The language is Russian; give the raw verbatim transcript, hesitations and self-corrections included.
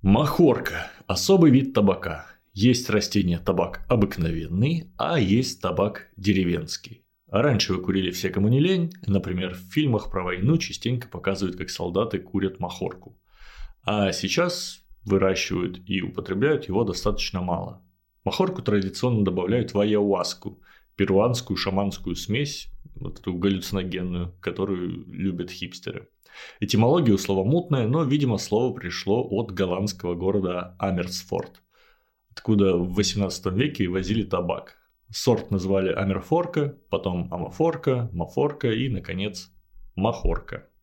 Махорка – особый вид табака. Есть растение табак обыкновенный, а есть табак деревенский. А раньше вы курили все, кому не лень. Например, в фильмах про войну частенько показывают, как солдаты курят махорку. А сейчас выращивают и употребляют его достаточно мало. Махорку традиционно добавляют в айауаску – перуанскую шаманскую смесь, вот эту галлюциногенную, которую любят хипстеры. Этимология у слова мутная, но, видимо, слово пришло от голландского города Амерсфорд, откуда в восемнадцатом веке возили табак. Сорт назвали Амерфорка, потом Амафорка, Мафорка и, наконец, Махорка.